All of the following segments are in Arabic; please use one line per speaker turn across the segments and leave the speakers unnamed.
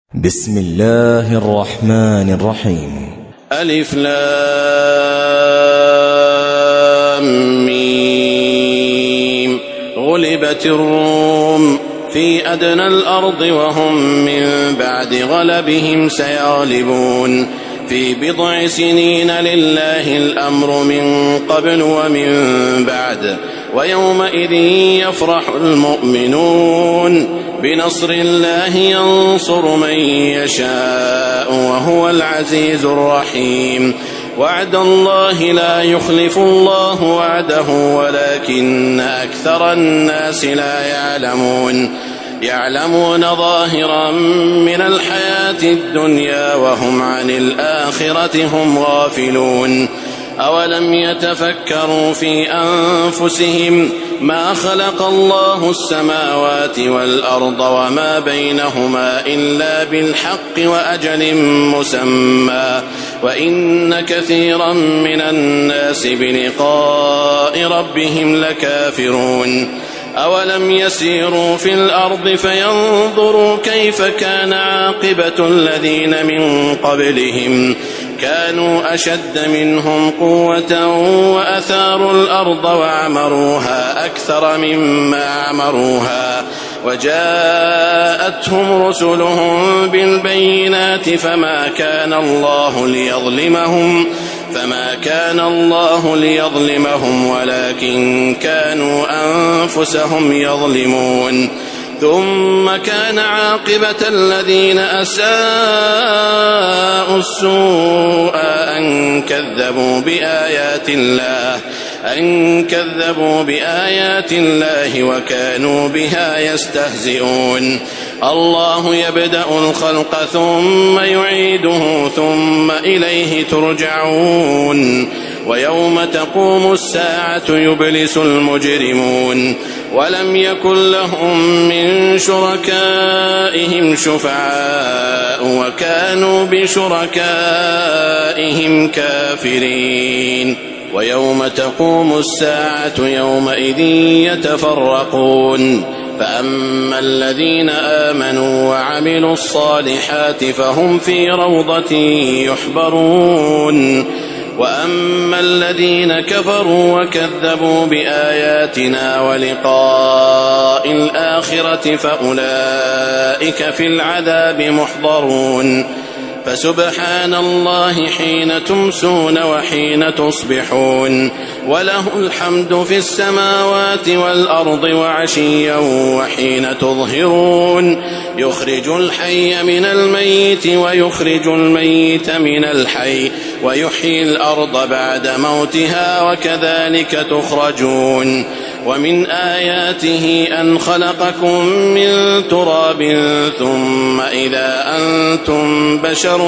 بسم الله الرحمن الرحيم.
ألف لام ميم. غلبت الروم في أدنى الأرض وهم من بعد غلبهم سيغلبون في بضع سنين لله الأمر من قبل ومن بعد ويومئذ يفرح المؤمنون بنصر الله ينصر من يشاء وهو العزيز الرحيم. وعد الله لا يخلف الله وعده ولكن أكثر الناس لا يعلمون ظاهرا من الحياة الدنيا وهم عن الآخرة هم غافلون. أولم يتفكروا في أنفسهم ما خلق الله السماوات والأرض وما بينهما إلا بالحق وأجل مسمى وإن كثيرا من الناس بلقاء ربهم لكافرون. أولم يسيروا في الأرض فينظروا كيف كان عاقبة الذين من قبلهم كانوا أشد منهم قوة وأثاروا الأرض وعمروها أكثر مما عمروها وجاءتهم رسلهم بالبينات فما كان الله ليظلمهم ولكن كانوا أنفسهم يظلمون. ثم كان عاقبة الذين أساءوا السوء أن كذبوا بآيات الله وكانوا بها يستهزئون. الله يبدأ الخلق ثم يعيده ثم إليه ترجعون. ويوم تقوم الساعة يبلس المجرمون ولم يكن لهم من شركائهم شفعاء وكانوا بشركائهم كافرين. ويوم تقوم الساعة يومئذ يتفرقون فأما الذين آمنوا وعملوا الصالحات فهم في روضة يحبرون وأما الذين كفروا وكذبوا بآياتنا ولقاء الآخرة فأولئك في العذاب محضرون. فسبحان الله حين تمسون وحين تصبحون وله الحمد في السماوات والأرض وعشيا وحين تظهرون. يخرج الحي من الميت ويخرج الميت من الحي ويحيي الأرض بعد موتها وكذلك تخرجون. ومن آياته أن خلقكم من تراب ثم إذا أنتم بشر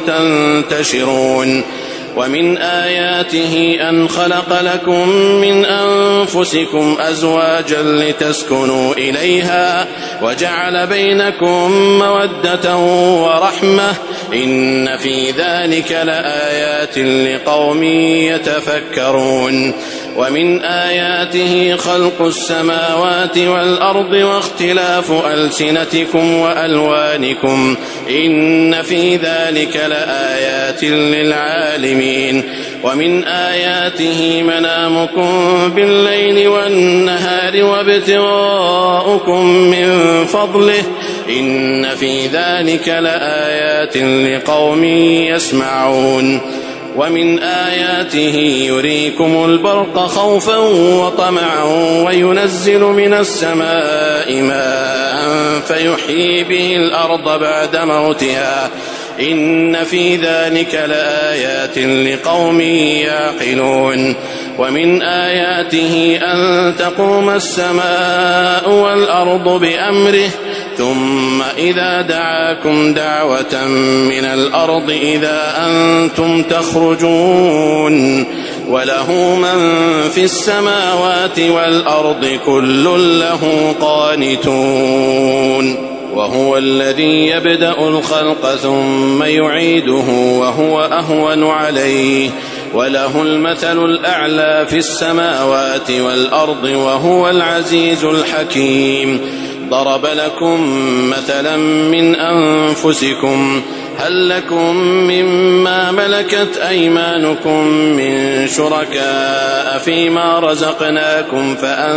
تنتشرون. ومن آياته أن خلق لكم من أنفسكم أزواجا لتسكنوا إليها وجعل بينكم مودة ورحمة إن في ذلك لآيات لقوم يتفكرون. ومن آياته خلق السماوات والأرض واختلاف ألسنتكم وألوانكم إن في ذلك لآيات للعالمين. ومن آياته منامكم بالليل والنهار وابتغاؤكم من فضله إن في ذلك لآيات لقوم يسمعون. ومن آياته يريكم البرق خوفا وطمعا وينزل من السماء ماء فيحيي به الأرض بعد موتها إن في ذلك لآيات لقوم يعقلون. ومن آياته أن تقوم السماء والأرض بأمره ثم إذا دعاكم دعوة من الأرض إذا أنتم تخرجون. وله من في السماوات والأرض كل له قانتون. وهو الذي يبدأ الخلق ثم يعيده وهو أهون عليه وله المثل الأعلى في السماوات والأرض وهو العزيز الحكيم. ضرب لكم مثلا من أنفسكم هل لكم مما ملكت أيمانكم من شركاء فيما رزقناكم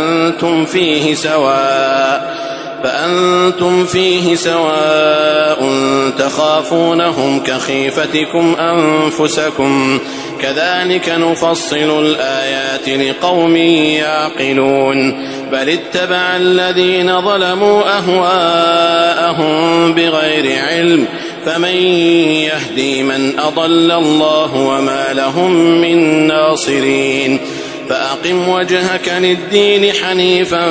فأنتم فيه سواء تخافونهم كخيفتكم أنفسكم كذلك نفصل الآيات لقوم يعقلون بل اتبع الذين ظلموا أهواءهم بغير علم فمن يهدي من أضل الله وما لهم من ناصرين فأقم وجهك للدين حنيفا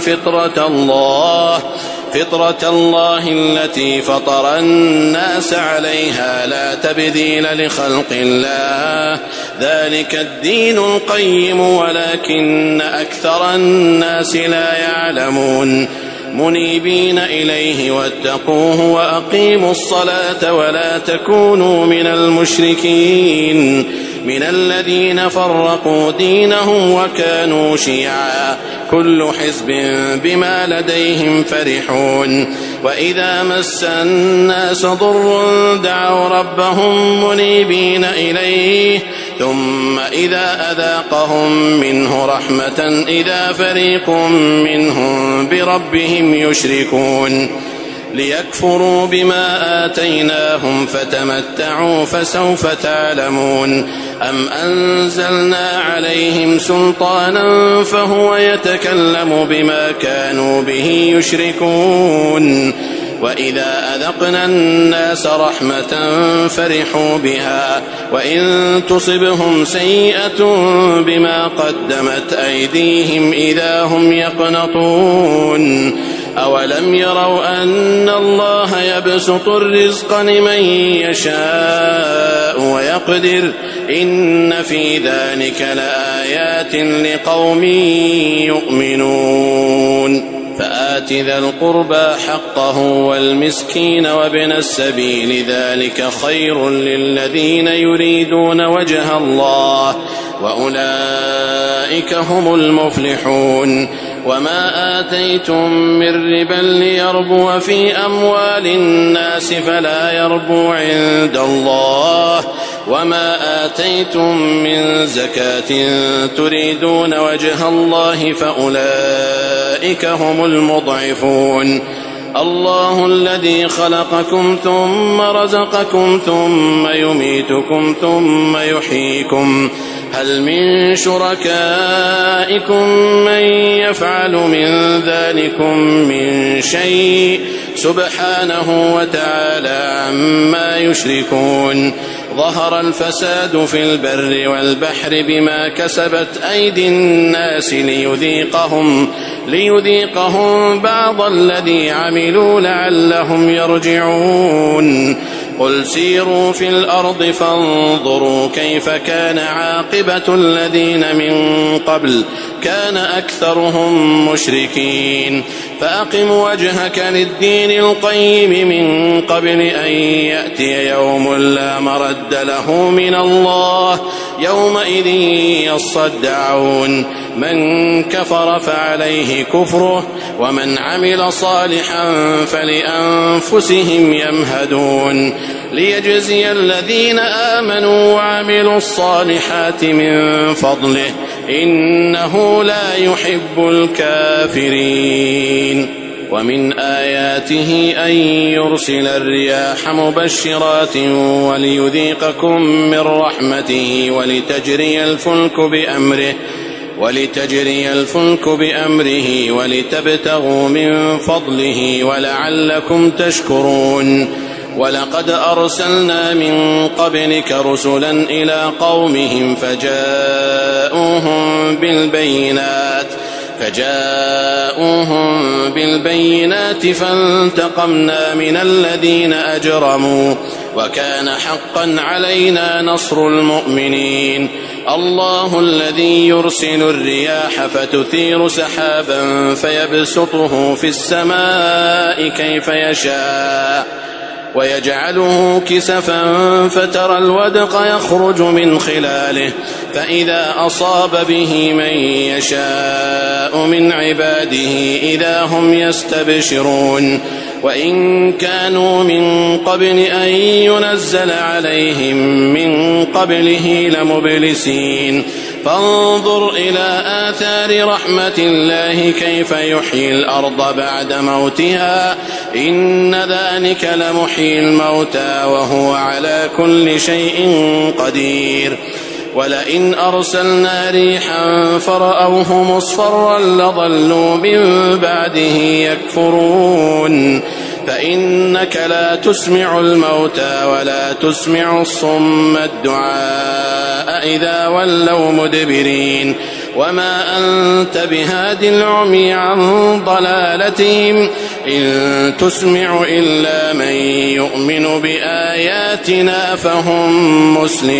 فطرة الله التي فطر الناس عليها لا تبديل لخلق الله ذلك الدين القيم ولكن أكثر الناس لا يعلمون منيبين إليه واتقوه وأقيموا الصلاة ولا تكونوا من المشركين من الذين فرقوا دينهم وكانوا شيعا كل حزب بما لديهم فرحون وإذا مس الناس ضر دعوا ربهم منيبين إليه ثم إذا أذاقهم منه رحمة إذا فريق منهم بربهم يشركون ليكفروا بما آتيناهم فتمتعوا فسوف تعلمون أم أنزلنا عليهم سلطانا فهو يتكلم بما كانوا به يشركون وإذا أذقنا الناس رحمة فرحوا بها وإن تصبهم سيئة بما قدمت أيديهم إذا هم يقنطون أولم يروا أن الله يبسط الرزق لمن يشاء ويقدر إن في ذلك لآيات لقوم يؤمنون فآت ذا القربى حقه والمسكين وابن السبيل ذلك خير للذين يريدون وجه الله وأولئك هم المفلحون وما آتيتم من ربا ليربو في أموال الناس فلا يربو عند الله وما آتيتم من زكاة تريدون وجه الله فأولئك هم المضعفون الله الذي خلقكم ثم رزقكم ثم يميتكم ثم يحييكم هل من شركائكم من يفعل من ذلكم من شيء سبحانه وتعالى عما يشركون ظهر الفساد في البر والبحر بما كسبت أيدي الناس ليذيقهم بعض الذي عملوا لعلهم يرجعون قل سيروا في الأرض فانظروا كيف كان عاقبة الذين من قبل كان أكثرهم مشركين فأقم وجهك للدين القيم من قبل أن يأتي يوم لا مرد له من الله يومئذ يصدعون من كفر فعليه كفره ومن عمل صالحا فلأنفسهم يمهدون ليجزي الذين آمنوا وعملوا الصالحات من فضله إنه لا يحب الكافرين ومن آياته أن يرسل الرياح مبشرات وليذيقكم من رحمته ولتجري الفلك بأمره ولتبتغوا من فضله ولعلكم تشكرون ولقد أرسلنا من قبلك رسلا إلى قومهم فجاءوهم بالبينات فانتقمنا من الذين أجرموا وكان حقا علينا نصر المؤمنين الله الذي يرسل الرياح فتثير سحابا فيبسطه في السماء كيف يشاء ويجعله كسفا فترى الودق يخرج من خلاله فإذا أصاب به من يشاء من عباده إذا هم يستبشرون وإن كانوا من قبل أن ينزل عليهم من قبله لمبلسين فانظر إلى آثار رحمة الله كيف يحيي الأرض بعد موتها إن ذلك لمحيي الموتى وهو على كل شيء قدير ولئن أرسلنا ريحا فرأوه مصفرا لظلوا من بعده يكفرون فإنك لا تسمع الموتى ولا تسمع الصم الدعاء إذا ولوا مدبرين وما أنت بهاد العمي عن ضلالتهم إن تسمع إلا من يؤمن بآياتنا فهم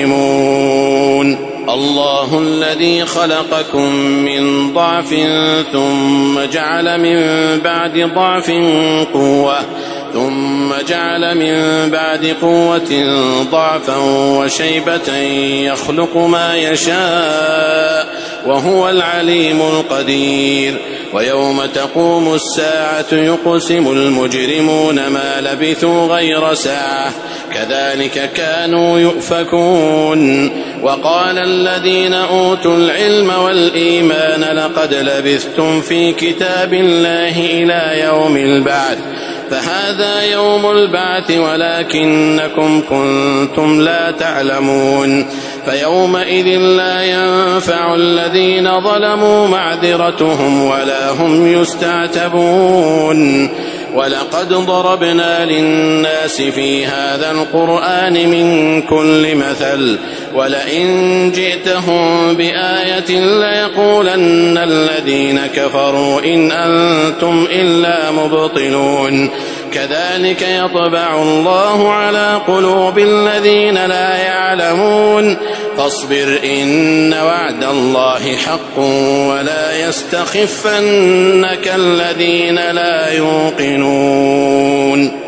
مسلمون الله الذي خلقكم من ضعف ثم جعل من بعد ضعف قوة ثم جعل من بعد قوة ضعفا وشيبة يخلق ما يشاء وهو العليم القدير ويوم تقوم الساعة يقسم المجرمون ما لبثوا غير ساعة كذلك كانوا يؤفكون وقال الذين أوتوا العلم والإيمان لقد لبثتم في كتاب الله إلى يوم البعث فهذا يوم البعث ولكنكم كنتم لا تعلمون فيومئذ لا ينفع الذين ظلموا معذرتهم ولا هم يستعتبون ولقد ضربنا للناس في هذا القرآن من كل مثل ولئن جئتهم بآية ليقولن الذين كفروا إن أنتم إلا مبطلون كذلك يطبع الله على قلوب الذين لا يعلمون فاصبر إن وعد الله حق ولا يستخفنك الذين لا يوقنون